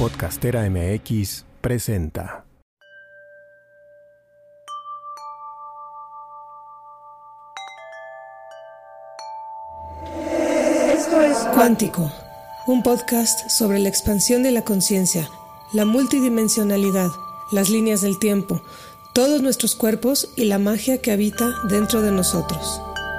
Podcastera MX presenta. Esto es Cuántico, un podcast sobre la expansión de la conciencia, la multidimensionalidad, las líneas del tiempo, todos nuestros cuerpos y la magia que habita dentro de nosotros.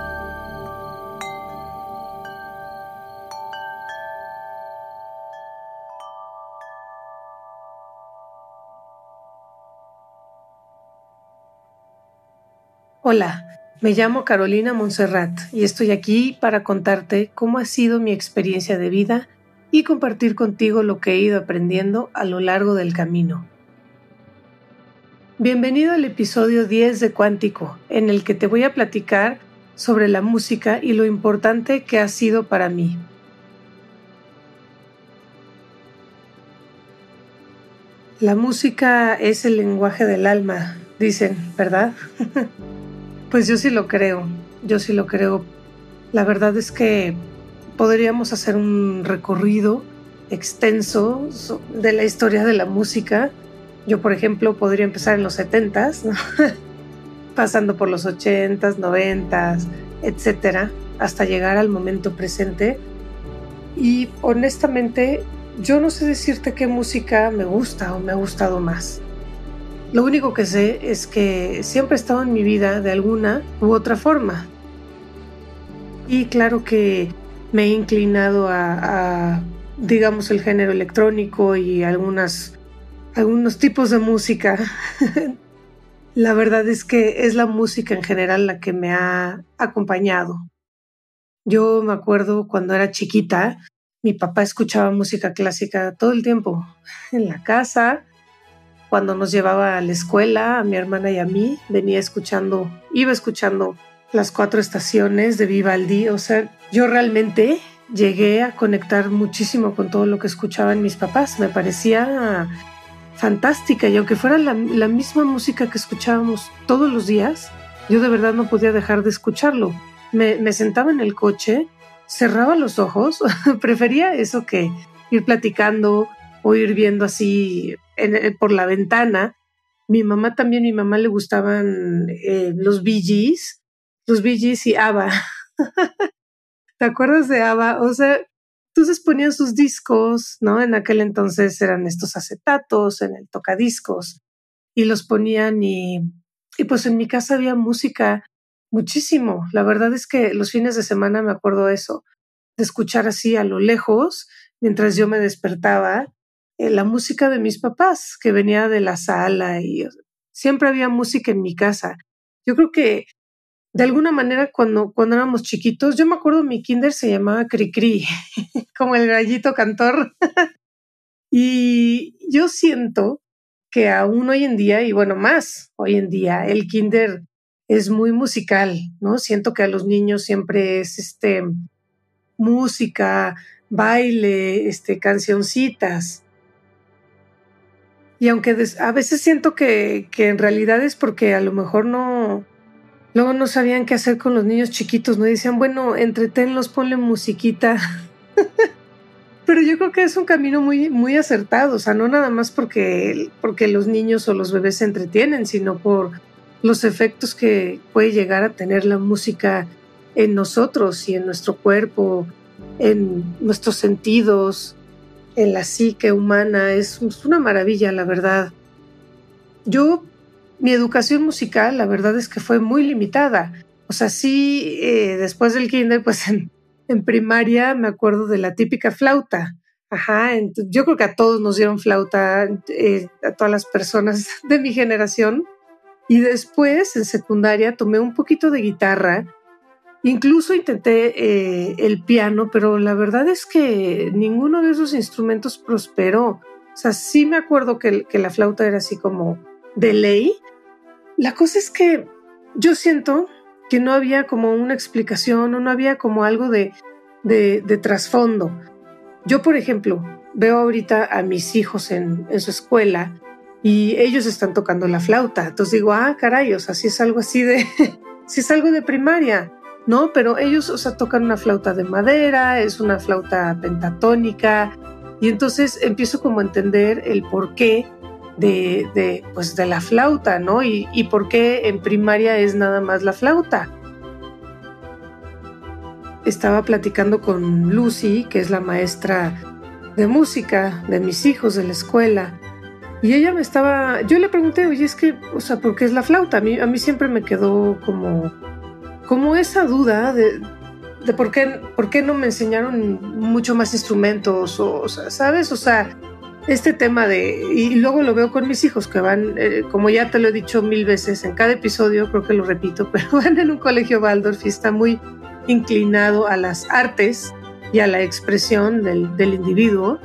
Hola, me llamo Carolina Montserrat y estoy aquí para contarte cómo ha sido mi experiencia de vida y compartir contigo lo que he ido aprendiendo a lo largo del camino. Bienvenido al episodio 10 de Cuántico, en el que te voy a platicar sobre la música y lo importante que ha sido para mí. La música es el lenguaje del alma, dicen, ¿verdad? Pues yo sí lo creo. La verdad es que podríamos hacer un recorrido extenso de la historia de la música. Yo, por ejemplo, podría empezar en los 70s, ¿no? Pasando por los 80s, 90s, etcétera, hasta llegar al momento presente. Y honestamente, yo no sé decirte qué música me gusta o me ha gustado más. Lo único que sé es que siempre ha estado en mi vida de alguna u otra forma. Y claro que me he inclinado a digamos, el género electrónico y algunos tipos de música. La verdad es que es la música en general la que me ha acompañado. Yo me acuerdo cuando era chiquita, mi papá escuchaba música clásica todo el tiempo, en la casa. Cuando nos llevaba a la escuela, a mi hermana y a mí, iba escuchando las 4 estaciones de Vivaldi. O sea, yo realmente llegué a conectar muchísimo con todo lo que escuchaban mis papás. Me parecía fantástica, y aunque fuera la misma música que escuchábamos todos los días, yo de verdad no podía dejar de escucharlo. Me sentaba en el coche, cerraba los ojos, prefería eso que ir platicando o ir viendo así por la ventana. Mi mamá le gustaban los Bee Gees y ABBA. ¿Te acuerdas de ABBA? O sea, entonces ponían sus discos, ¿no? En aquel entonces eran estos acetatos en el tocadiscos y los ponían y pues en mi casa había música muchísimo. La verdad es que los fines de semana me acuerdo eso, de escuchar así a lo lejos mientras yo me despertaba la música de mis papás que venía de la sala, y siempre había música en mi casa. Yo creo que de alguna manera cuando éramos chiquitos, yo me acuerdo mi kinder se llamaba Cricri, como el gallito cantor. Y yo siento que aún hoy en día, y bueno, más hoy en día, el kinder es muy musical, ¿no? Siento que a los niños siempre es música, baile, cancioncitas. Y aunque a veces siento que en realidad es porque a lo mejor luego no sabían qué hacer con los niños chiquitos, ¿no? Y decían, bueno, entretenlos, ponle musiquita. Pero yo creo que es un camino muy, muy acertado, o sea, no nada más porque los niños o los bebés se entretienen, sino por los efectos que puede llegar a tener la música en nosotros y en nuestro cuerpo, en nuestros sentidos, en la psique humana. Es una maravilla, la verdad. Mi educación musical, la verdad es que fue muy limitada. O sea, sí, después del kinder, pues en primaria me acuerdo de la típica flauta. Ajá, yo creo que a todos nos dieron flauta, a todas las personas de mi generación. Y después, en secundaria, tomé un poquito de guitarra. Incluso intenté el piano, pero la verdad es que ninguno de esos instrumentos prosperó. O sea, sí me acuerdo que la flauta era así como de ley. La cosa es que yo siento que no había como una explicación o no había como algo de trasfondo. Yo, por ejemplo, veo ahorita a mis hijos en su escuela y ellos están tocando la flauta. Entonces digo, caray, o sea, sí es algo así sí es algo de primaria. No, pero ellos, o sea, tocan una flauta de madera, es una flauta pentatónica Y entonces empiezo como a entender el porqué pues de la flauta, ¿no? Y por qué en primaria es nada más la flauta. Estaba platicando con Lucy, que es la maestra de música de mis hijos de la escuela, y yo le pregunté, oye, es que, o sea, ¿por qué es la flauta? A mí siempre me quedó como esa duda de por qué no me enseñaron mucho más instrumentos, o sea, ¿sabes? O sea, este tema y luego lo veo con mis hijos que van, como ya te lo he dicho 1000 veces, en cada episodio creo que lo repito, pero van en un colegio Waldorf y está muy inclinado a las artes y a la expresión del individuo.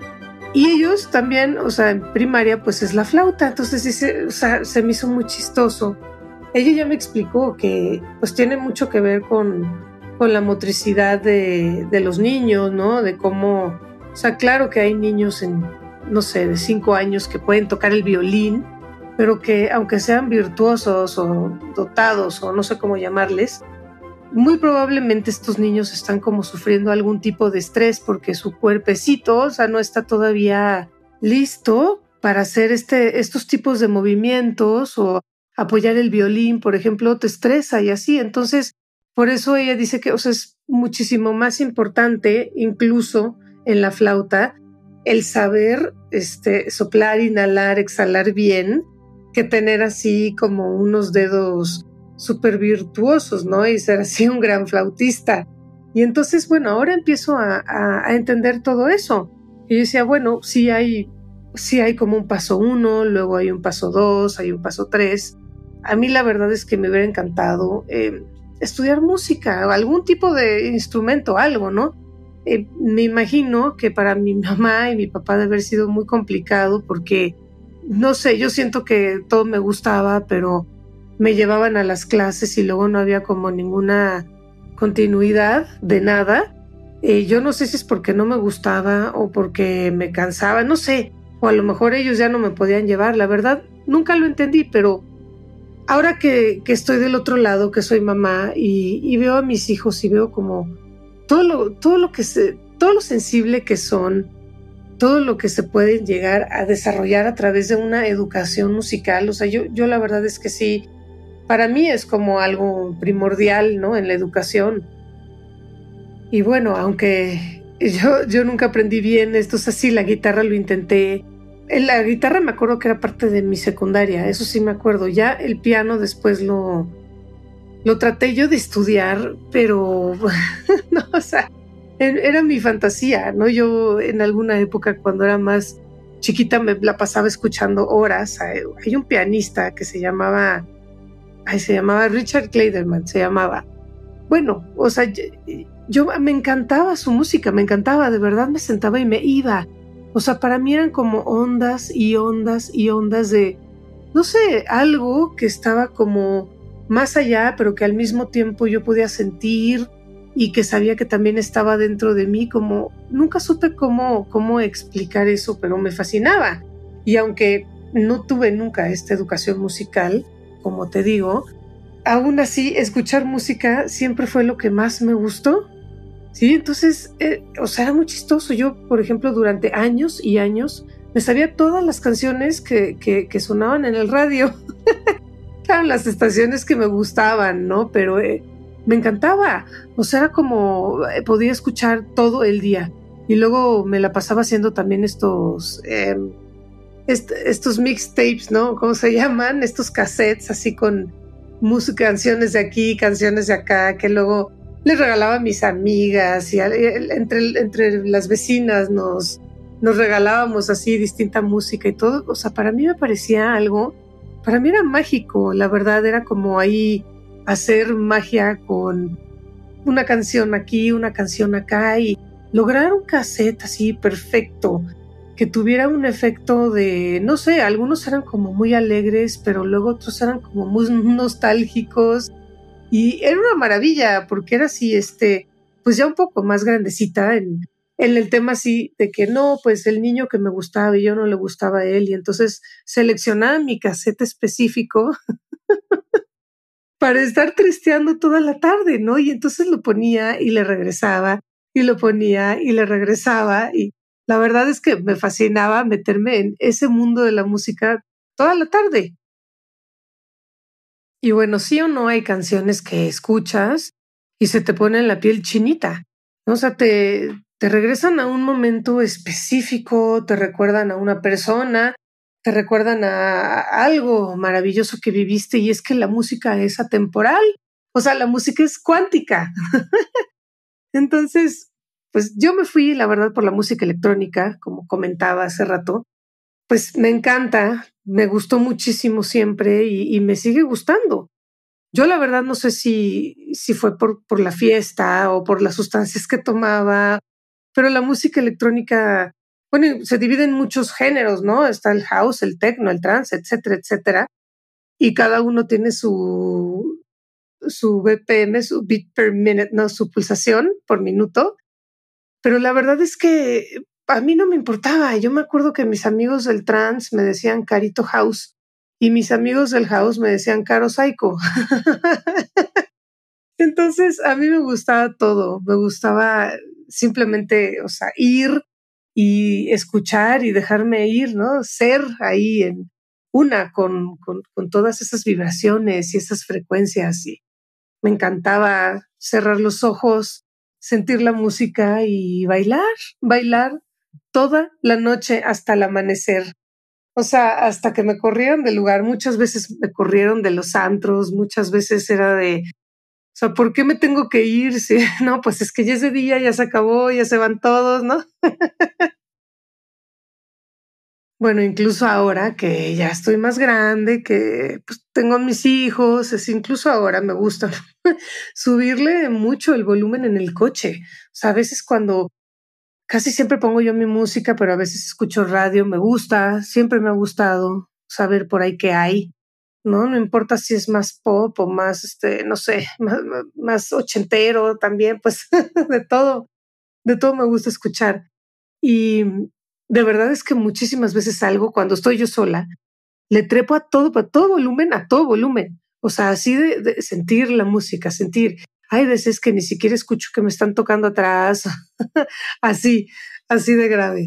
Y ellos también, o sea, en primaria pues es la flauta, entonces o sea, se me hizo muy chistoso. Ella ya me explicó que pues tiene mucho que ver con la motricidad de los niños, ¿no? De cómo, o sea, claro que hay niños no sé, de 5 años que pueden tocar el violín, pero que aunque sean virtuosos o dotados o no sé cómo llamarles, muy probablemente estos niños están como sufriendo algún tipo de estrés porque su cuerpecito, o sea, no está todavía listo para hacer estos tipos de movimientos, o apoyar el violín, por ejemplo, te estresa y así. Entonces, por eso ella dice que, o sea, es muchísimo más importante, incluso en la flauta, el saber soplar, inhalar, exhalar bien, que tener así como unos dedos súper virtuosos, ¿no? Y ser así un gran flautista. Y entonces, bueno, ahora empiezo a entender todo eso. Y yo decía, bueno, sí hay como un paso 1, luego hay un paso 2, hay un paso 3. A mí la verdad es que me hubiera encantado estudiar música o algún tipo de instrumento, algo, ¿no? Me imagino que para mi mamá y mi papá debe haber sido muy complicado porque, no sé, yo siento que todo me gustaba, pero me llevaban a las clases y luego no había como ninguna continuidad de nada. Yo no sé si es porque no me gustaba o porque me cansaba, no sé, o a lo mejor ellos ya no me podían llevar, la verdad, nunca lo entendí, pero ahora que estoy del otro lado, que soy mamá y veo a mis hijos y veo como todo lo sensible que son, todo lo que se pueden llegar a desarrollar a través de una educación musical, o sea, yo la verdad es que sí, para mí es como algo primordial, ¿no? En la educación. Y bueno, aunque yo nunca aprendí bien esto, es así, la guitarra lo intenté. En la guitarra me acuerdo que era parte de mi secundaria, eso sí me acuerdo. Ya el piano después lo traté yo de estudiar, pero no, o sea, era mi fantasía, ¿no? Yo en alguna época cuando era más chiquita me la pasaba escuchando horas. Hay un pianista que se llamaba Richard Clayderman, se llamaba. Bueno, o sea, yo me encantaba su música, me encantaba, de verdad me sentaba y me iba. O sea, para mí eran como ondas y ondas y ondas de, no sé, algo que estaba como más allá, pero que al mismo tiempo yo podía sentir y que sabía que también estaba dentro de mí, como nunca supe cómo explicar eso, pero me fascinaba. Y aunque no tuve nunca esta educación musical, como te digo, aún así escuchar música siempre fue lo que más me gustó. Sí, entonces, o sea, era muy chistoso. Yo, por ejemplo, durante años y años me sabía todas las canciones que sonaban en el radio. Claro, las estaciones que me gustaban, ¿no? Pero me encantaba. O sea, era como podía escuchar todo el día. Y luego me la pasaba haciendo también estos mixtapes, ¿no? ¿Cómo se llaman? Estos cassettes así con música, canciones de aquí, canciones de acá, que luego les regalaba a mis amigas y entre las vecinas nos regalábamos así distinta música y todo. O sea, para mí me parecía algo, para mí era mágico, la verdad, era como ahí hacer magia con una canción aquí, una canción acá y lograr un cassette así perfecto, que tuviera un efecto de, no sé, algunos eran como muy alegres, pero luego otros eran como muy nostálgicos y era una maravilla porque era así, pues ya un poco más grandecita en el tema así de que no, pues el niño que me gustaba y yo no le gustaba a él y entonces seleccionaba mi cassette específico para estar tristeando toda la tarde, ¿no? Y entonces lo ponía y le regresaba y lo ponía y le regresaba y La verdad es que me fascinaba meterme en ese mundo de la música toda la tarde. Y bueno, sí o no hay canciones que escuchas y se te pone la piel chinita, ¿no? O sea, te regresan a un momento específico, te recuerdan a una persona, te recuerdan a algo maravilloso que viviste y es que la música es atemporal, o sea, la música es cuántica. Entonces, pues yo me fui, la verdad, por la música electrónica, como comentaba hace rato, pues me encanta, me gustó muchísimo siempre y me sigue gustando. Yo la verdad no sé si fue por la fiesta o por las sustancias que tomaba, pero la música electrónica, bueno, se divide en muchos géneros, ¿no? Está el house, el techno, el trance, etcétera, etcétera. Y cada uno tiene su BPM, su beat per minute, ¿no? Su pulsación por minuto. Pero la verdad es que a mí no me importaba. Yo me acuerdo que mis amigos del trance me decían Carito House y mis amigos del house me decían Caro Psycho. Entonces, a mí me gustaba todo, me gustaba simplemente, o sea, ir y escuchar y dejarme ir, ¿no? Ser ahí en una con todas esas vibraciones y esas frecuencias y me encantaba cerrar los ojos, sentir la música y bailar, bailar toda la noche hasta el amanecer. O sea, hasta que me corrieron del lugar. Muchas veces me corrieron de los antros, muchas veces era de, o sea, ¿por qué me tengo que ir? Sí, no, pues es que ya ese día ya se acabó, ya se van todos, ¿no? Bueno, incluso ahora que ya estoy más grande, que pues tengo mis hijos, es incluso ahora me gusta subirle mucho el volumen en el coche. O sea, a veces cuando casi siempre pongo yo mi música, pero a veces escucho radio, me gusta, siempre me ha gustado saber por ahí qué hay, ¿no? No importa si es más pop o más, no sé, más ochentero también, pues de todo me gusta escuchar. Y de verdad es que muchísimas veces salgo cuando estoy yo sola, le trepo a todo volumen, a todo volumen. O sea, así de sentir la música, sentir. Hay veces que ni siquiera escucho que me están tocando atrás, así, así de grave.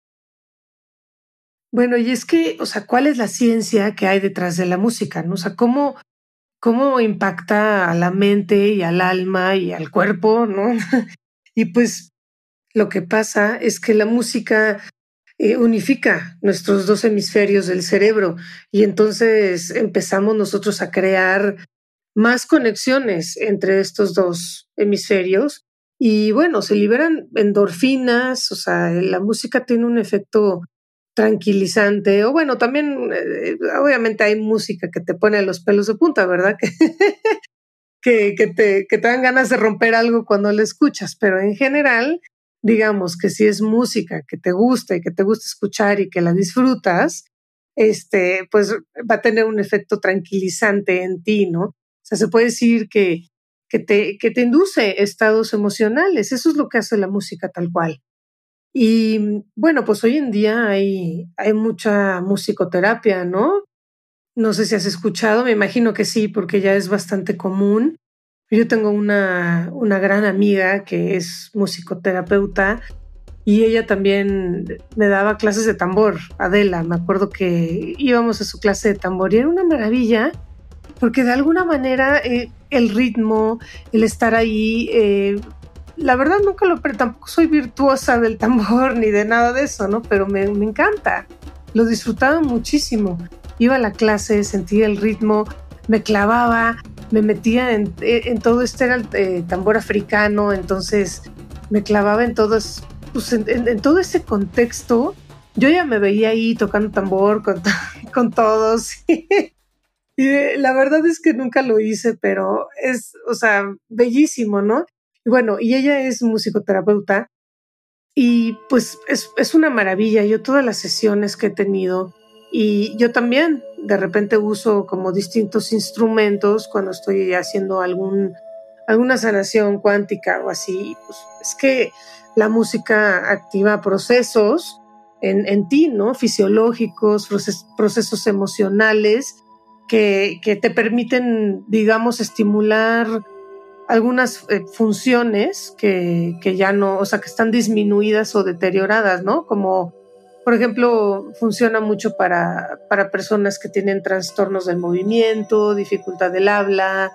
Bueno, y es que, o sea, ¿cuál es la ciencia que hay detrás de la música? ¿No? O sea, cómo impacta a la mente y al alma y al cuerpo, ¿no? Y pues lo que pasa es que la música unifica nuestros dos hemisferios del cerebro y entonces empezamos nosotros a crear más conexiones entre estos dos hemisferios y bueno, se liberan endorfinas, o sea, la música tiene un efecto tranquilizante o bueno, también obviamente hay música que te pone los pelos de punta, ¿verdad? Que te dan ganas de romper algo cuando la escuchas, pero en general, digamos que si es música que te gusta y que te gusta escuchar y que la disfrutas, pues va a tener un efecto tranquilizante en ti, ¿no? O sea, se puede decir que te induce estados emocionales. Eso es lo que hace la música tal cual. Y bueno, pues hoy en día hay mucha musicoterapia, ¿no? No sé si has escuchado, me imagino que sí, porque ya es bastante común. Yo tengo una gran amiga que es musicoterapeuta y ella también me daba clases de tambor, Adela. Me acuerdo que íbamos a su clase de tambor y era una maravilla porque de alguna manera el ritmo, el estar ahí, la verdad nunca pero tampoco soy virtuosa del tambor ni de nada de eso, ¿no? Pero me encanta, lo disfrutaba muchísimo. Iba a la clase, sentía el ritmo, me clavaba, me metía en todo era el tambor africano, entonces me clavaba en todos, pues en todo ese contexto. Yo ya me veía ahí tocando tambor con todos. Y la verdad es que nunca lo hice, pero es, o sea, bellísimo, ¿no? Y bueno, y ella es musicoterapeuta y pues es una maravilla. Yo todas las sesiones que he tenido y yo también de repente uso como distintos instrumentos cuando estoy haciendo alguna sanación cuántica o así. Pues es que la música activa procesos en ti, ¿no? Fisiológicos, procesos emocionales que te permiten, digamos, estimular algunas funciones que ya no, o sea, que están disminuidas o deterioradas, ¿no? Como, por ejemplo, funciona mucho para personas que tienen trastornos del movimiento, dificultad del habla,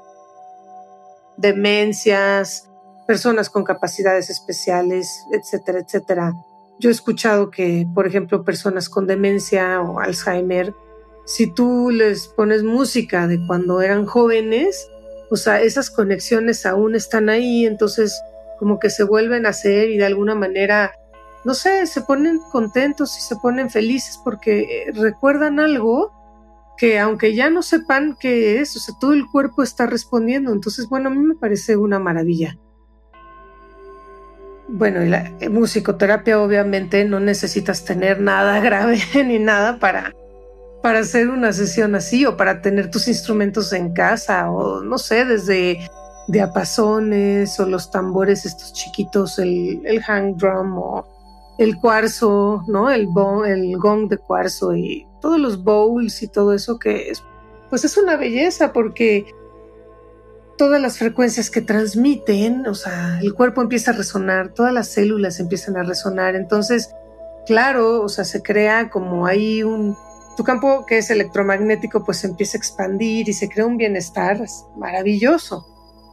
demencias, personas con capacidades especiales, etcétera, etcétera. Yo he escuchado que, por ejemplo, personas con demencia o Alzheimer, si tú les pones música de cuando eran jóvenes, o sea, esas conexiones aún están ahí, entonces como que se vuelven a hacer y de alguna manera, no sé, se ponen contentos y se ponen felices porque recuerdan algo que aunque ya no sepan qué es, o sea, todo el cuerpo está respondiendo. Entonces, bueno, a mí me parece una maravilla. Bueno, y la musicoterapia obviamente no necesitas tener nada grave ni nada para hacer una sesión así o para tener tus instrumentos en casa o no sé, desde diapasones o los tambores estos chiquitos, el hang drum o el cuarzo, ¿no? El gong de cuarzo y todos los bowls y todo eso que es, pues es una belleza porque todas las frecuencias que transmiten, o sea, el cuerpo empieza a resonar, todas las células empiezan a resonar, entonces, claro, o sea, se crea como ahí tu campo que es electromagnético pues se empieza a expandir y se crea un bienestar maravilloso.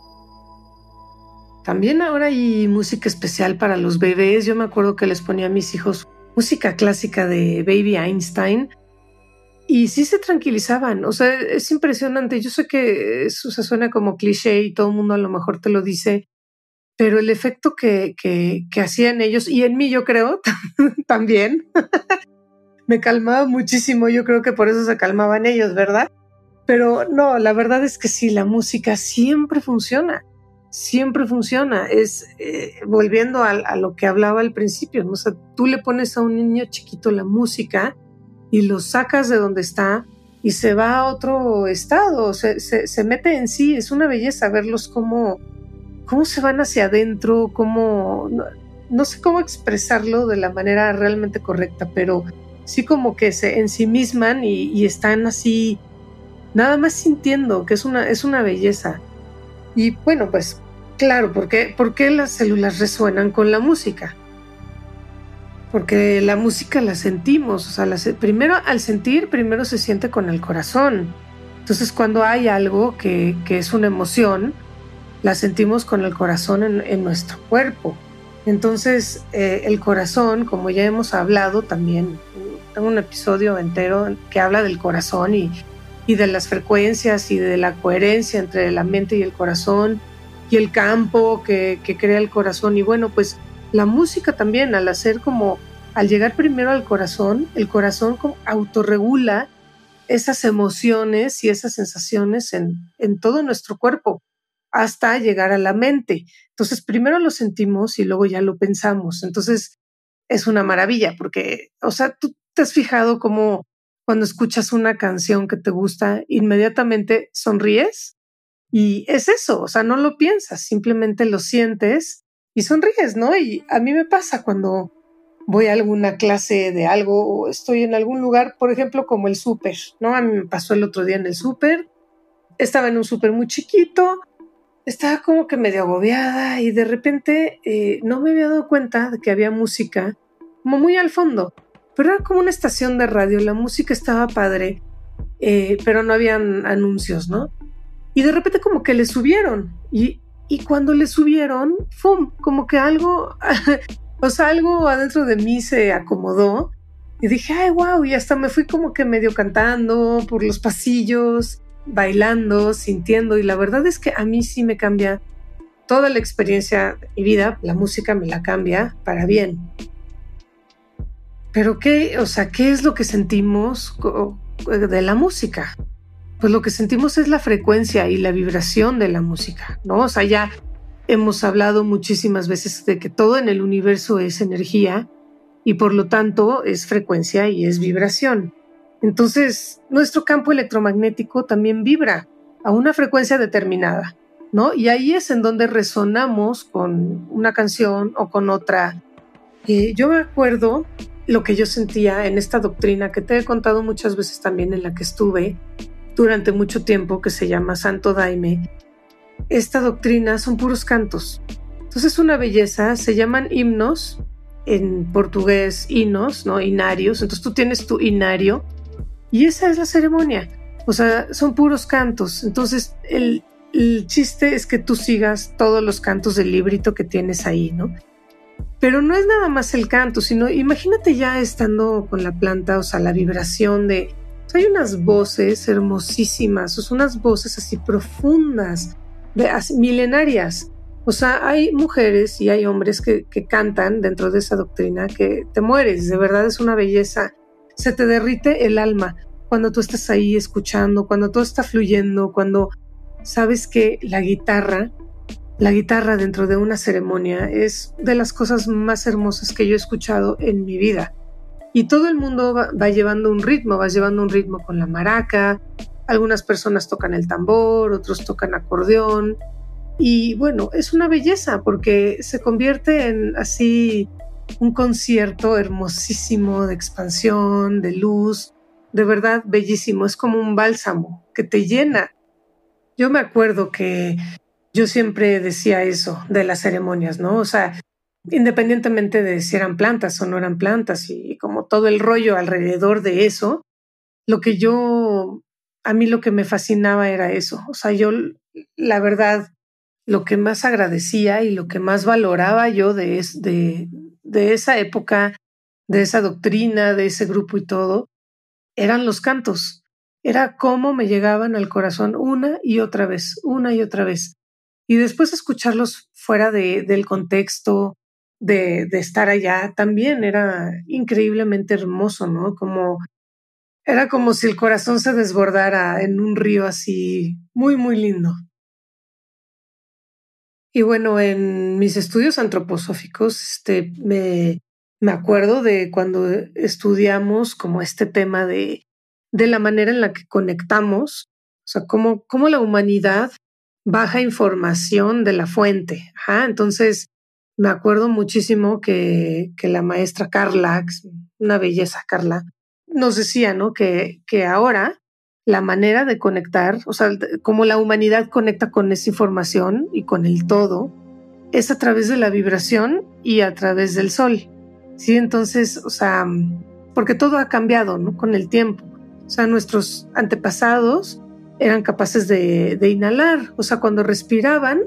También ahora hay música especial para los bebés. Yo me acuerdo que les ponía a mis hijos música clásica de Baby Einstein y sí se tranquilizaban. O sea, es impresionante. Yo sé que eso se suena como cliché y todo el mundo a lo mejor te lo dice, pero el efecto que hacían ellos y en mí yo creo también me calmaba muchísimo. Yo creo que por eso se calmaban ellos, ¿verdad? Pero no, la verdad es que sí, la música siempre funciona. Siempre funciona. Es volviendo a lo que hablaba al principio, ¿no? O sea, tú le pones a un niño chiquito la música y lo sacas de donde está y se va a otro estado, se mete en sí. Es una belleza verlos cómo se van hacia adentro, no sé cómo expresarlo de la manera realmente correcta, pero sí como que se ensimisman y están así nada más sintiendo que es una belleza. Y bueno, pues claro, ¿por qué las células resuenan con la música? Porque la música la sentimos, o sea, primero al sentir, primero se siente con el corazón. Entonces cuando hay algo que es una emoción, la sentimos con el corazón en nuestro cuerpo. Entonces el corazón, como ya hemos hablado también, tengo un episodio entero que habla del corazón y de las frecuencias y de la coherencia entre la mente y el corazón y el campo que crea el corazón. Y bueno, pues la música también, al llegar primero al corazón, el corazón autorregula esas emociones y esas sensaciones en todo nuestro cuerpo hasta llegar a la mente. Entonces primero lo sentimos y luego ya lo pensamos. Entonces es una maravilla porque, o sea, tú te has fijado cómo cuando escuchas una canción que te gusta, inmediatamente sonríes y es eso, o sea, no lo piensas, simplemente lo sientes y sonríes, ¿no? Y a mí me pasa cuando voy a alguna clase de algo o estoy en algún lugar, por ejemplo, como el súper, ¿no? A mí me pasó el otro día en el súper, estaba en un súper muy chiquito, estaba como que medio agobiada y de repente no me había dado cuenta de que había música como muy al fondo. Pero era como una estación de radio, la música estaba padre, pero no habían anuncios, ¿no? Y de repente como que le subieron, y cuando le subieron, ¡fum! Como que algo, o sea, algo adentro de mí se acomodó, y dije, ¡ay, wow! Y hasta me fui como que medio cantando por los pasillos, bailando, sintiendo, y la verdad es que a mí sí me cambia toda la experiencia de mi vida, la música me la cambia para bien. Pero ¿qué es lo que sentimos de la música? Pues lo que sentimos es la frecuencia y la vibración de la música, ¿no? O sea, ya hemos hablado muchísimas veces de que todo en el universo es energía y por lo tanto es frecuencia y es vibración. Entonces, nuestro campo electromagnético también vibra a una frecuencia determinada, ¿no? Y ahí es en donde resonamos con una canción o con otra. Yo me acuerdo lo que yo sentía en esta doctrina que te he contado muchas veces también, en la que estuve durante mucho tiempo, que se llama Santo Daime. esta doctrina son puros cantos. Entonces es una belleza, se llaman himnos, en portugués hinos, ¿no? Inarios. Entonces tú tienes tu inario y esa es la ceremonia. O sea, son puros cantos. Entonces el chiste es que tú sigas todos los cantos del librito que tienes ahí, ¿no? Pero no es nada más el canto, sino imagínate ya estando con la planta, o sea, la vibración de... O sea, hay unas voces hermosísimas, o sea, unas voces así profundas, así, milenarias. O sea, hay mujeres y hay hombres que cantan dentro de esa doctrina que te mueres, de verdad es una belleza. Se te derrite el alma cuando tú estás ahí escuchando, cuando todo está fluyendo, cuando sabes que la guitarra dentro de una ceremonia es de las cosas más hermosas que yo he escuchado en mi vida. Y todo el mundo va llevando un ritmo, con la maraca, algunas personas tocan el tambor, otros tocan acordeón. Y bueno, es una belleza porque se convierte en así un concierto hermosísimo de expansión, de luz, de verdad bellísimo. Es como un bálsamo que te llena. Yo me acuerdo que yo siempre decía eso de las ceremonias, ¿no? O sea, independientemente de si eran plantas o no eran plantas y como todo el rollo alrededor de eso, a mí lo que me fascinaba era eso. O sea, yo, la verdad, lo que más agradecía y lo que más valoraba yo de esa época, de esa doctrina, de ese grupo y todo, eran los cantos. Era cómo me llegaban al corazón una y otra vez. Y después escucharlos fuera del contexto de estar allá también era increíblemente hermoso, ¿no? Era como si el corazón se desbordara en un río así muy, muy lindo. Y bueno, en mis estudios antroposóficos, me acuerdo de cuando estudiamos como este tema de la manera en la que conectamos, o sea, cómo la humanidad baja información de la fuente. Ajá, entonces, me acuerdo muchísimo que la maestra Carla, que es una belleza Carla, nos decía, ¿no? Que ahora la manera de conectar, o sea, cómo la humanidad conecta con esa información y con el todo, es a través de la vibración y a través del sol. Sí, entonces, o sea, porque todo ha cambiado, ¿no? Con el tiempo. O sea, nuestros antepasados eran capaces de inhalar, o sea, cuando respiraban,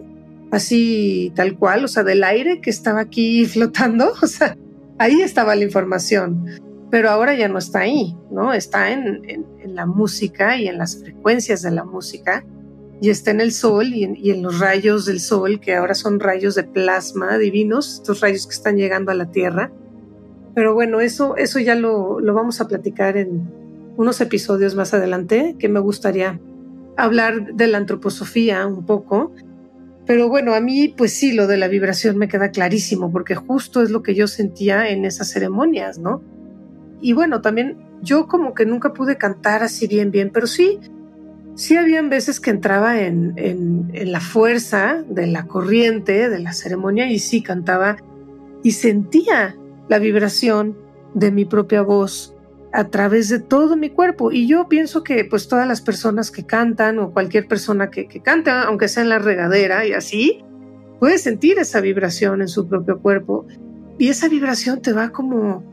así tal cual, o sea, del aire que estaba aquí flotando, o sea, ahí estaba la información. Pero ahora ya no está ahí, ¿no? Está en la música y en las frecuencias de la música, y está en el sol y en los rayos del sol, que ahora son rayos de plasma divinos, estos rayos que están llegando a la Tierra. Pero bueno, eso ya lo vamos a platicar en unos episodios más adelante, que me gustaría hablar de la antroposofía un poco. Pero bueno, a mí pues sí, lo de la vibración me queda clarísimo, porque justo es lo que yo sentía en esas ceremonias, ¿no? Y bueno, también yo como que nunca pude cantar así bien, pero sí habían veces que entraba en la fuerza de la corriente de la ceremonia y sí cantaba y sentía la vibración de mi propia voz a través de todo mi cuerpo. Y yo pienso que pues todas las personas que cantan o cualquier persona que canta, aunque sea en la regadera y así, puede sentir esa vibración en su propio cuerpo. Y esa vibración te va como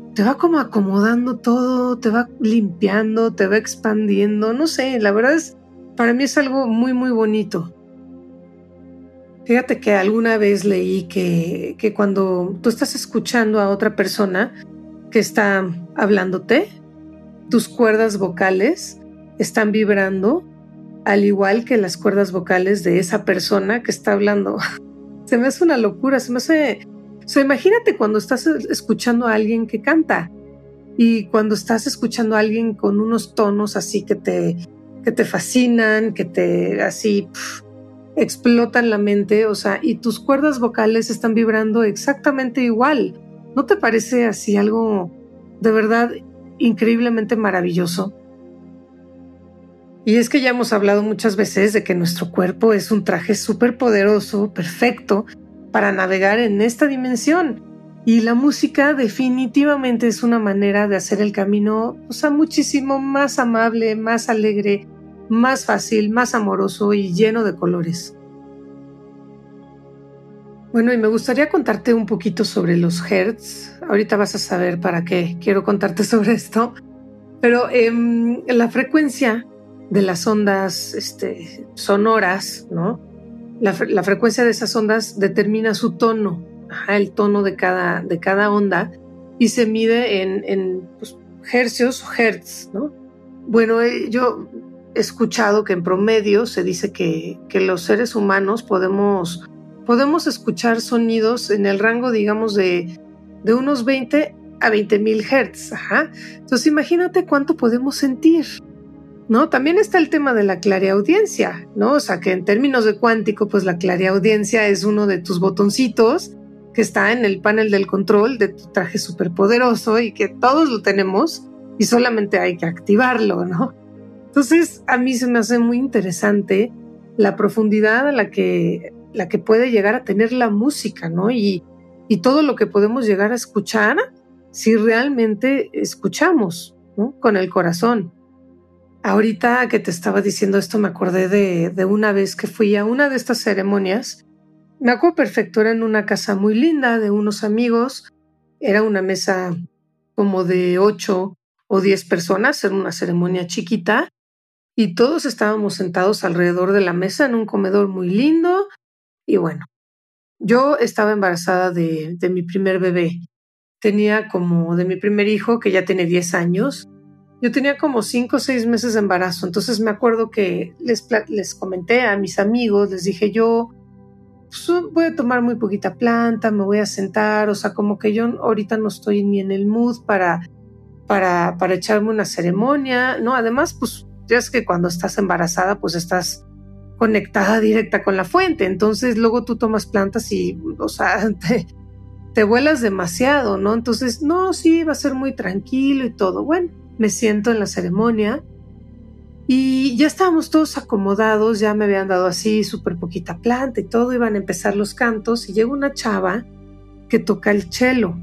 acomodando todo, te va limpiando, te va expandiendo, no sé, la verdad para mí es algo muy, muy bonito. Fíjate que alguna vez leí que cuando tú estás escuchando a otra persona que está hablándote, tus cuerdas vocales están vibrando al igual que las cuerdas vocales de esa persona que está hablando. Se me hace una locura, o sea, imagínate cuando estás escuchando a alguien que canta y cuando estás escuchando a alguien con unos tonos así que te fascinan, que te así explotan la mente, o sea, y tus cuerdas vocales están vibrando exactamente igual. ¿No te parece así algo de verdad increíblemente maravilloso? Y es que ya hemos hablado muchas veces de que nuestro cuerpo es un traje súper poderoso, perfecto, para navegar en esta dimensión. Y la música definitivamente es una manera de hacer el camino, o sea, muchísimo más amable, más alegre, más fácil, más amoroso y lleno de colores. Bueno, y me gustaría contarte un poquito sobre los hertz. Ahorita vas a saber para qué quiero contarte sobre esto. Pero la frecuencia de las ondas sonoras, ¿no? La frecuencia de esas ondas determina su tono, el tono de cada onda, y se mide en pues, hercios o hertz, ¿no? Bueno, yo he escuchado que en promedio se dice que los seres humanos podemos escuchar sonidos en el rango, digamos, de unos 20 a 20,000 hertz. Ajá. Entonces imagínate cuánto podemos sentir, ¿no? También está el tema de la clariaudiencia, ¿no? O sea, que en términos de cuántico, pues la clariaudiencia es uno de tus botoncitos que está en el panel del control de tu traje superpoderoso y que todos lo tenemos y solamente hay que activarlo, ¿no? Entonces, a mí se me hace muy interesante la profundidad a la que puede llegar a tener la música, ¿no? Y todo lo que podemos llegar a escuchar si realmente escuchamos, ¿no? Con el corazón. Ahorita que te estaba diciendo esto, me acordé de una vez que fui a una de estas ceremonias. Me acuerdo perfecto, era en una casa muy linda de unos amigos. Era una mesa como de 8 o 10 personas, era una ceremonia chiquita. Y todos estábamos sentados alrededor de la mesa en un comedor muy lindo. Y bueno, yo estaba embarazada de mi primer bebé. Tenía como de mi primer hijo, que ya tiene 10 años. Yo tenía como 5 o 6 meses de embarazo. Entonces me acuerdo que les comenté a mis amigos, les dije yo, pues, voy a tomar muy poquita planta, me voy a sentar. O sea, como que yo ahorita no estoy ni en el mood para echarme una ceremonia, ¿no? Además, pues ya es que cuando estás embarazada, pues estás conectada directa con la fuente, entonces luego tú tomas plantas y, o sea, te vuelas demasiado, ¿no? Entonces, no, sí, va a ser muy tranquilo y todo. Bueno, me siento en la ceremonia y ya estábamos todos acomodados, ya me habían dado así súper poquita planta y todo, iban a empezar los cantos y llega una chava que toca el cello.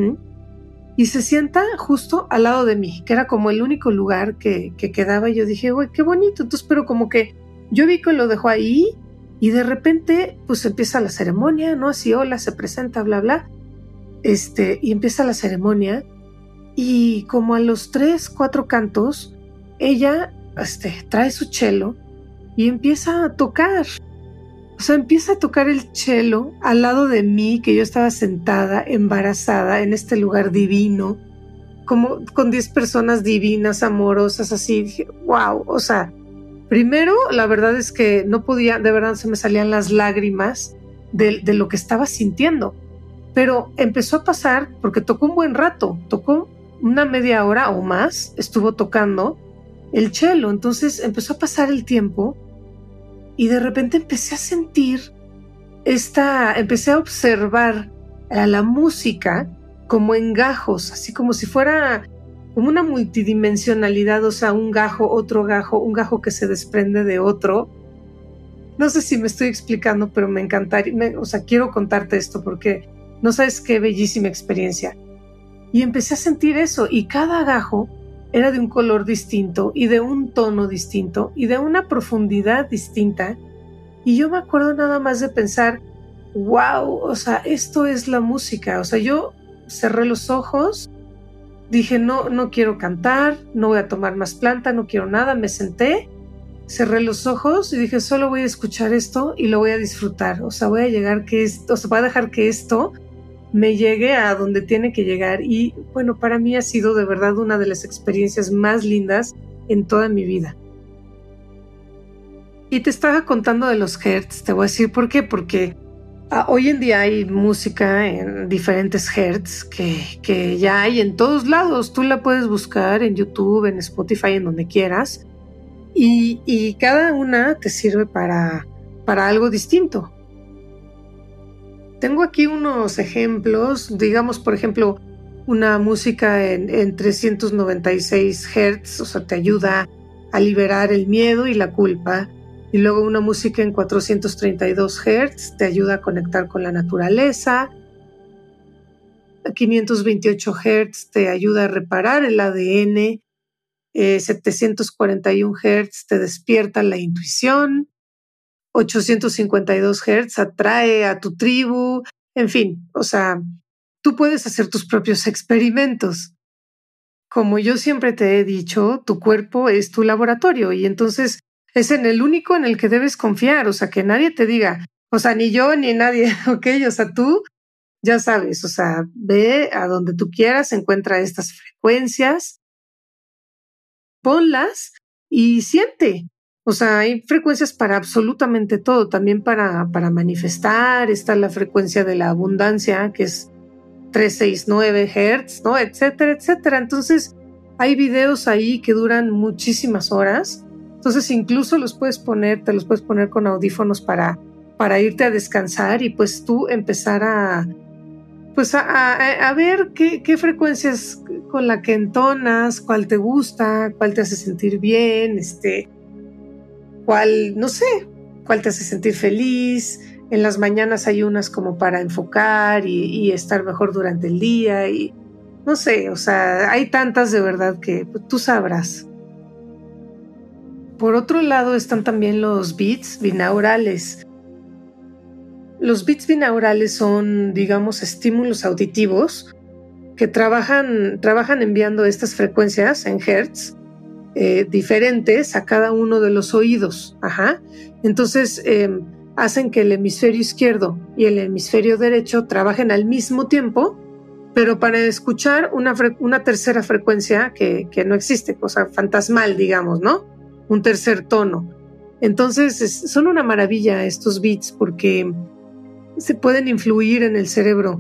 Y se sienta justo al lado de mí, que era como el único lugar que quedaba. Y yo dije, güey, qué bonito. Entonces, pero como que yo vi que lo dejó ahí y de repente, pues empieza la ceremonia, ¿no? Así, hola, se presenta, bla, bla. Y empieza la ceremonia y como a los 3, 4 cantos, ella, trae su cello y empieza a tocar. O sea, empieza a tocar el cello al lado de mí, que yo estaba sentada, embarazada, en este lugar divino, como con 10 personas divinas, amorosas, así. Dije, wow, o sea, primero, la verdad es que no podía, de verdad se me salían las lágrimas de lo que estaba sintiendo. Pero empezó a pasar, porque tocó un buen rato, tocó una media hora o más, estuvo tocando el cello. Entonces empezó a pasar el tiempo y de repente empecé a sentir empecé a observar a la música como en gajos, así como si fuera como una multidimensionalidad, o sea, un gajo, otro gajo, un gajo que se desprende de otro. No sé si me estoy explicando, pero me encantaría, o sea, quiero contarte esto porque no sabes qué bellísima experiencia. Y empecé a sentir eso, y cada gajo era de un color distinto y de un tono distinto y de una profundidad distinta. Y yo me acuerdo nada más de pensar, wow, o sea, esto es la música. O sea, yo cerré los ojos, dije, no, no quiero cantar, no voy a tomar más planta, no quiero nada. Me senté, cerré los ojos y dije, solo voy a escuchar esto y lo voy a disfrutar. O sea, voy a voy a dejar que esto me llegue a donde tiene que llegar. Y bueno, para mí ha sido de verdad una de las experiencias más lindas en toda mi vida. Y te estaba contando de los hertz, te voy a decir por qué, porque hoy en día hay música en diferentes hertz que ya hay en todos lados. Tú la puedes buscar en YouTube, en Spotify, en donde quieras, y cada una te sirve para algo distinto. Tengo aquí unos ejemplos, digamos, por ejemplo, una música en 396 hertz, o sea, te ayuda a liberar el miedo y la culpa. Y luego una música en 432 Hz te ayuda a conectar con la naturaleza. 528 Hz te ayuda a reparar el ADN. 741 Hz te despierta la intuición. 852 Hz atrae a tu tribu, en fin, o sea, tú puedes hacer tus propios experimentos. Como yo siempre te he dicho, tu cuerpo es tu laboratorio y entonces es en el único en el que debes confiar, o sea, que nadie te diga, o sea, ni yo ni nadie, ¿ok? O sea, tú ya sabes, o sea, ve a donde tú quieras, encuentra estas frecuencias, ponlas y siente. O sea, hay frecuencias para absolutamente todo, también para manifestar, está la frecuencia de la abundancia, que es 369 Hz, ¿no? Etcétera, etcétera. Entonces, hay videos ahí que duran muchísimas horas. Entonces, incluso te los puedes poner con audífonos para irte a descansar y pues tú empezar a ver qué frecuencias con la que entonas, cuál te gusta, cuál te hace sentir bien, cuál, no sé, cuál te hace sentir feliz. En las mañanas hay unas como para enfocar y estar mejor durante el día y no sé, o sea, hay tantas de verdad que tú sabrás. Por otro lado están también los beats binaurales. Los beats binaurales son, digamos, estímulos auditivos que trabajan enviando estas frecuencias en hertz diferentes a cada uno de los oídos. Ajá. Entonces, hacen que el hemisferio izquierdo y el hemisferio derecho trabajen al mismo tiempo, pero para escuchar una tercera frecuencia que no existe, cosa fantasmal, digamos, ¿no? Un tercer tono. Entonces, son una maravilla estos beats porque se pueden influir en el cerebro,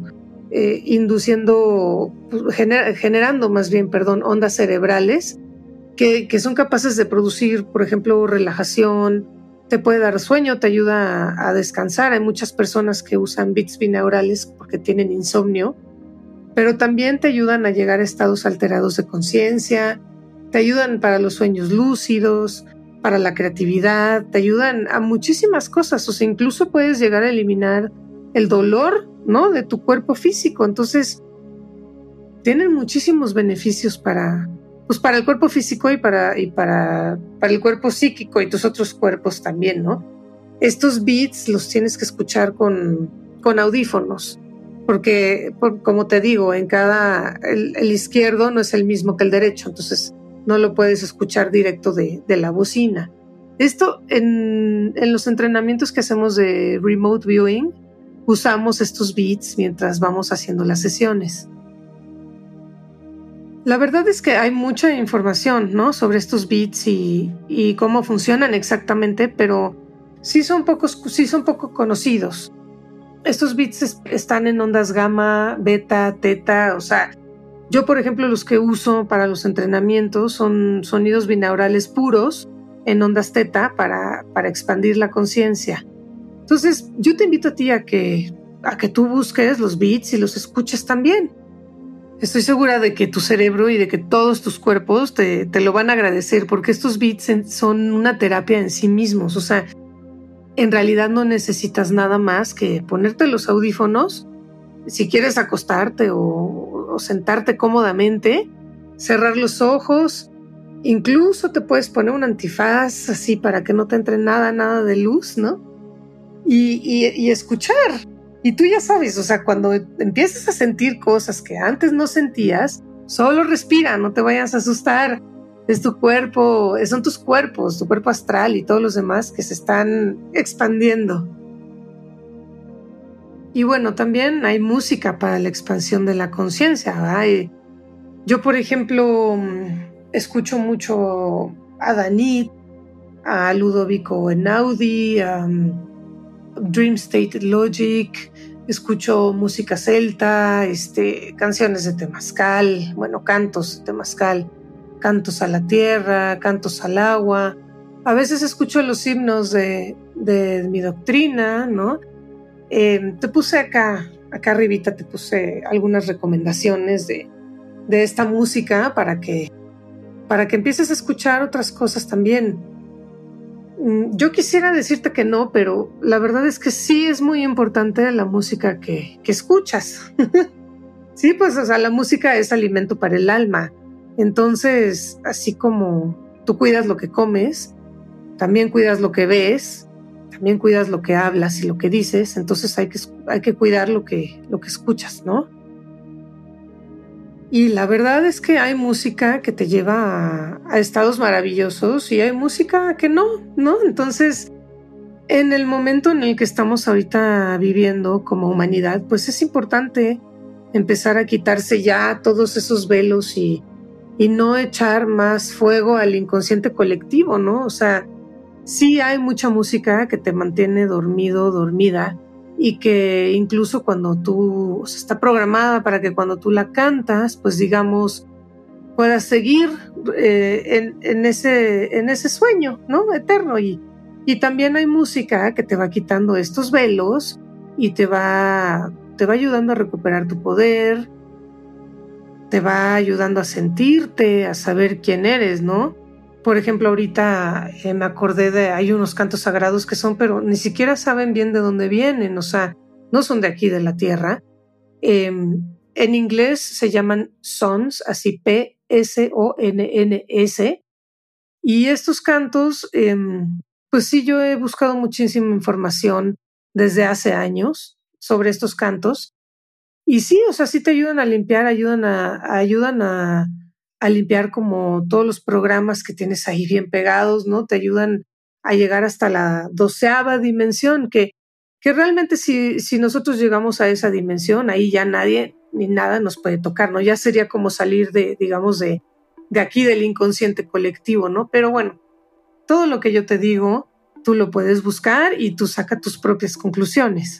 generando más bien, ondas cerebrales que son capaces de producir, por ejemplo, relajación, te puede dar sueño, te ayuda a descansar. Hay muchas personas que usan beats binaurales porque tienen insomnio, pero también te ayudan a llegar a estados alterados de conciencia, te ayudan para los sueños lúcidos, para la creatividad, te ayudan a muchísimas cosas, o sea, incluso puedes llegar a eliminar el dolor, ¿no?, de tu cuerpo físico. Entonces, tienen muchísimos beneficios para el cuerpo físico y para el cuerpo psíquico y tus otros cuerpos también, ¿no? Estos beats los tienes que escuchar con audífonos, porque, como te digo, el izquierdo no es el mismo que el derecho, entonces no lo puedes escuchar directo de la bocina. Esto en los entrenamientos que hacemos de remote viewing, usamos estos beats mientras vamos haciendo las sesiones. La verdad es que hay mucha información, ¿no?, sobre estos beats y cómo funcionan exactamente, pero sí son poco conocidos. Estos beats están en ondas gamma, beta, teta, o sea, yo, por ejemplo, los que uso para los entrenamientos son sonidos binaurales puros en ondas teta para expandir la conciencia. Entonces, yo te invito a ti a que tú busques los beats y los escuches también. Estoy segura de que tu cerebro y de que todos tus cuerpos te lo van a agradecer, porque estos beats son una terapia en sí mismos. O sea, en realidad no necesitas nada más que ponerte los audífonos, si quieres acostarte o sentarte cómodamente, cerrar los ojos, incluso te puedes poner un antifaz así para que no te entre nada de luz, ¿no? Y escuchar. Y tú ya sabes, o sea, cuando empieces a sentir cosas que antes no sentías, solo respira, no te vayas a asustar. Es tu cuerpo, son tus cuerpos, tu cuerpo astral y todos los demás que se están expandiendo. Y bueno, también hay música para la expansión de la conciencia, ¿verdad? Yo, por ejemplo, escucho mucho a Danit, a Ludovico Einaudi, a Dream State Logic, escucho música celta, canciones de temazcal, bueno, cantos de temazcal, cantos a la tierra, cantos al agua. A veces escucho los himnos de mi doctrina, ¿no? Te puse acá arribita, te puse algunas recomendaciones de esta música para que empieces a escuchar otras cosas también. Yo quisiera decirte que no, pero la verdad es que sí es muy importante la música que escuchas. Sí, pues, o sea, la música es alimento para el alma. Entonces, así como tú cuidas lo que comes, también cuidas lo que ves, también cuidas lo que hablas y lo que dices, entonces hay que cuidar lo que escuchas, ¿no? Y la verdad es que hay música que te lleva a estados maravillosos y hay música que no, ¿no? Entonces, en el momento en el que estamos ahorita viviendo como humanidad, pues es importante empezar a quitarse ya todos esos velos y no echar más fuego al inconsciente colectivo, ¿no? O sea, sí hay mucha música que te mantiene dormido, dormida, y que incluso cuando tú, o sea, está programada para que cuando tú la cantas, pues digamos, puedas seguir en ese sueño, ¿no? Eterno. Y también hay música que te va quitando estos velos y te va ayudando a recuperar tu poder, te va ayudando a sentirte, a saber quién eres, ¿no? Por ejemplo, ahorita me acordé hay unos cantos sagrados que son, pero ni siquiera saben bien de dónde vienen, o sea, no son de aquí de la tierra. En inglés se llaman sons, así P-S-O-N-N-S, y estos cantos, pues sí, yo he buscado muchísima información desde hace años sobre estos cantos, y sí, o sea, sí te ayudan a limpiar, a limpiar como todos los programas que tienes ahí bien pegados, ¿no? Te ayudan a llegar hasta la 12ª dimensión, que realmente si nosotros llegamos a esa dimensión, ahí ya nadie ni nada nos puede tocar, ¿no? Ya sería como salir digamos, de aquí del inconsciente colectivo, ¿no? Pero bueno, todo lo que yo te digo, tú lo puedes buscar y tú saca tus propias conclusiones.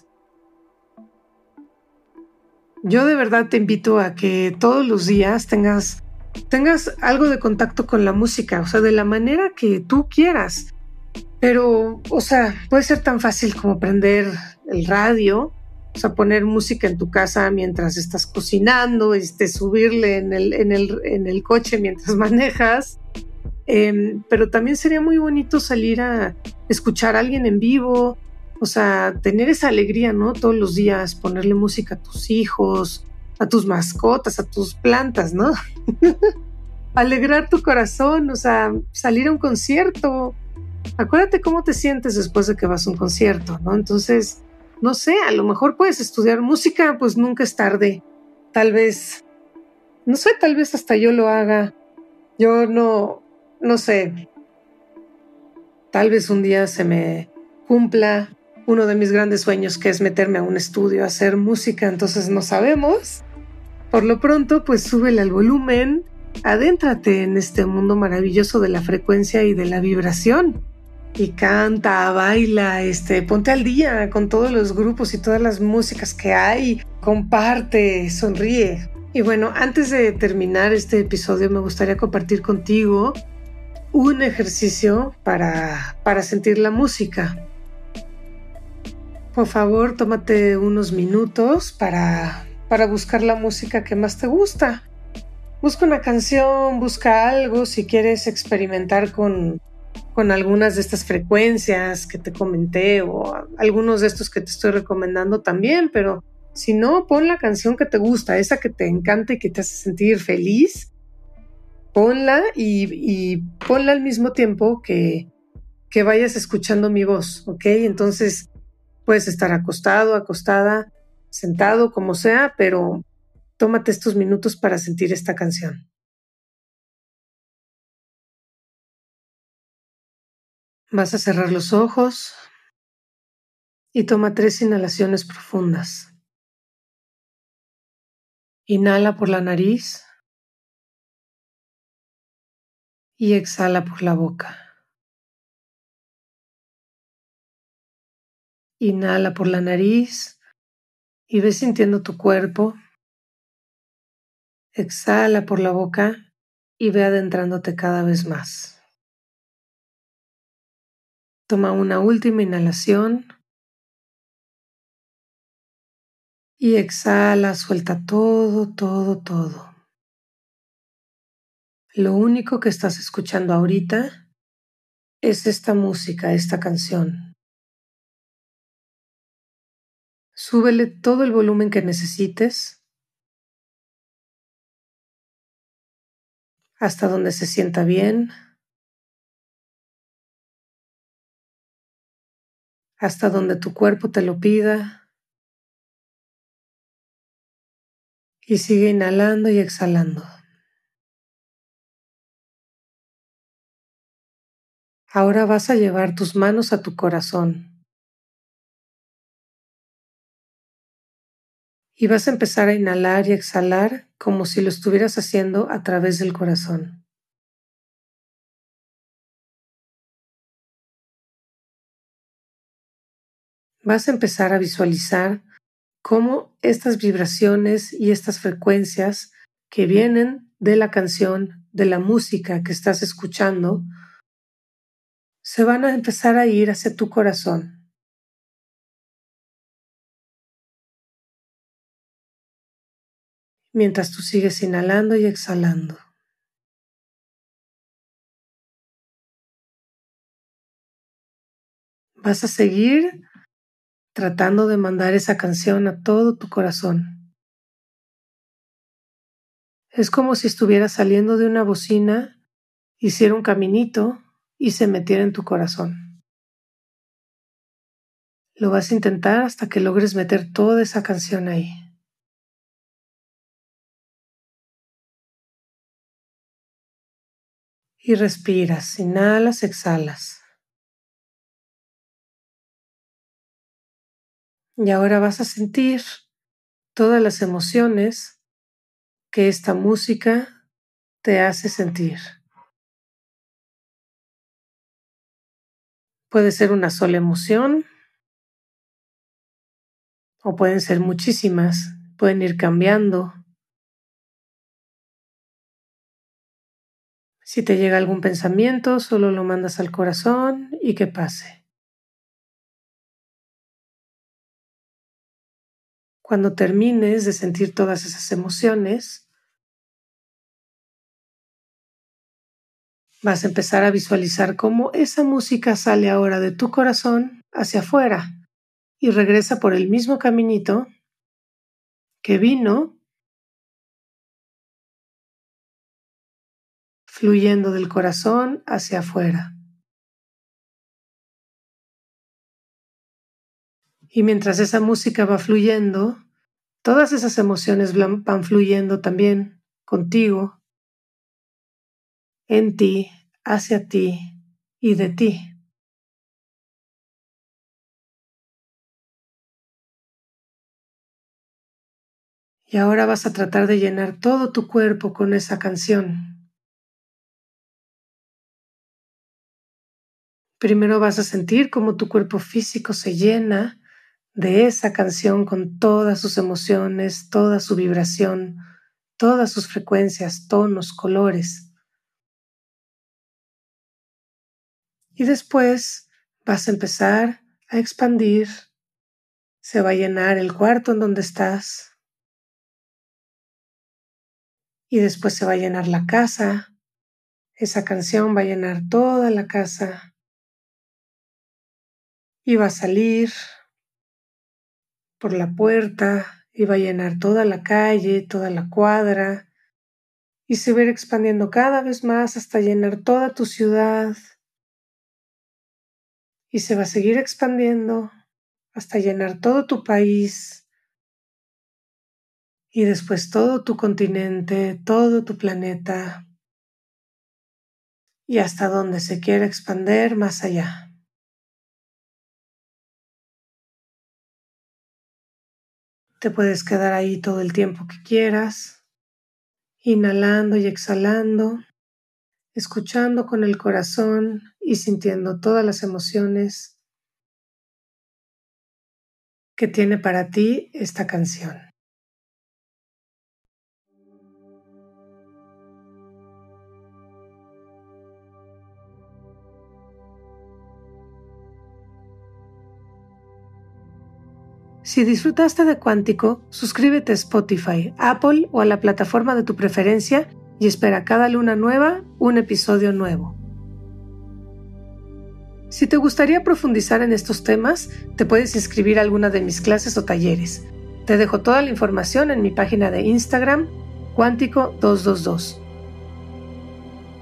Yo de verdad te invito a que todos los días tengas algo de contacto con la música, o sea, de la manera que tú quieras. Pero, o sea, puede ser tan fácil como prender el radio, o sea, poner música en tu casa mientras estás cocinando, subirle en el coche mientras manejas. Pero también sería muy bonito salir a escuchar a alguien en vivo, o sea, tener esa alegría, ¿no? Todos los días, ponerle música a tus hijos, a tus mascotas, a tus plantas, ¿no? Alegrar tu corazón, o sea, salir a un concierto. Acuérdate cómo te sientes después de que vas a un concierto, ¿no? Entonces, no sé, a lo mejor puedes estudiar música, pues nunca es tarde. Tal vez, no sé, tal vez hasta yo lo haga. Yo no sé, tal vez un día se me cumpla uno de mis grandes sueños, que es meterme a un estudio a hacer música, entonces no sabemos. Por lo pronto, pues súbele al volumen, adéntrate en este mundo maravilloso de la frecuencia y de la vibración. Y canta, baila, ponte al día con todos los grupos y todas las músicas que hay, comparte, sonríe. Y bueno, antes de terminar este episodio, me gustaría compartir contigo un ejercicio para sentir la música. Por favor, tómate unos minutos para buscar la música que más te gusta. Busca una canción, busca algo, si quieres experimentar con algunas de estas frecuencias que te comenté o algunos de estos que te estoy recomendando también, pero si no, pon la canción que te gusta, esa que te encanta y que te hace sentir feliz, ponla y ponla al mismo tiempo que vayas escuchando mi voz, ¿ok? Entonces puedes estar acostado, acostada, sentado, como sea, pero tómate estos minutos para sentir esta canción. Vas a cerrar los ojos y toma 3 inhalaciones profundas. Inhala por la nariz y exhala por la boca. Inhala por la nariz y ve sintiendo tu cuerpo. Exhala por la boca y ve adentrándote cada vez más. Toma una última inhalación y exhala, suelta todo, todo, todo. Lo único que estás escuchando ahorita es esta música, esta canción. Súbele todo el volumen que necesites hasta donde se sienta bien. hasta donde tu cuerpo te lo pida y sigue inhalando y exhalando. Ahora vas a llevar tus manos a tu corazón y vas a empezar a inhalar y exhalar como si lo estuvieras haciendo a través del corazón. Vas a empezar a visualizar cómo estas vibraciones y estas frecuencias que vienen de la canción, de la música que estás escuchando, se van a empezar a ir hacia tu corazón. Mientras tú sigues inhalando y exhalando. Vas a seguir tratando de mandar esa canción a todo tu corazón. Es como si estuviera saliendo de una bocina, hiciera un caminito y se metiera en tu corazón. Lo vas a intentar hasta que logres meter toda esa canción ahí. Y respiras, inhalas, exhalas. Y ahora vas a sentir todas las emociones que esta música te hace sentir. Puede ser una sola emoción o pueden ser muchísimas, pueden ir cambiando. Si te llega algún pensamiento, solo lo mandas al corazón y que pase. Cuando termines de sentir todas esas emociones, vas a empezar a visualizar cómo esa música sale ahora de tu corazón hacia afuera y regresa por el mismo caminito que vino, fluyendo del corazón hacia afuera. Y mientras esa música va fluyendo, todas esas emociones van fluyendo también contigo, en ti, hacia ti y de ti. Y ahora vas a tratar de llenar todo tu cuerpo con esa canción. Primero vas a sentir cómo tu cuerpo físico se llena de esa canción con todas sus emociones, toda su vibración, todas sus frecuencias, tonos, colores. Y después vas a empezar a expandir. Se va a llenar el cuarto en donde estás. Y después se va a llenar la casa. Esa canción va a llenar toda la casa. Y va a salir por la puerta y va a llenar toda la calle, toda la cuadra. Y se va a ir expandiendo cada vez más hasta llenar toda tu ciudad. Y se va a seguir expandiendo hasta llenar todo tu país. Y después todo tu continente, todo tu planeta. Y hasta donde se quiera expandir más allá. Te puedes quedar ahí todo el tiempo que quieras, inhalando y exhalando, escuchando con el corazón y sintiendo todas las emociones que tiene para ti esta canción. Si disfrutaste de Cuántico, suscríbete a Spotify, Apple o a la plataforma de tu preferencia y espera cada luna nueva un episodio nuevo. Si te gustaría profundizar en estos temas, te puedes inscribir a alguna de mis clases o talleres. Te dejo toda la información en mi página de Instagram, Cuántico222.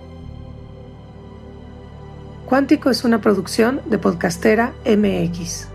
Cuántico es una producción de Podcastera MX.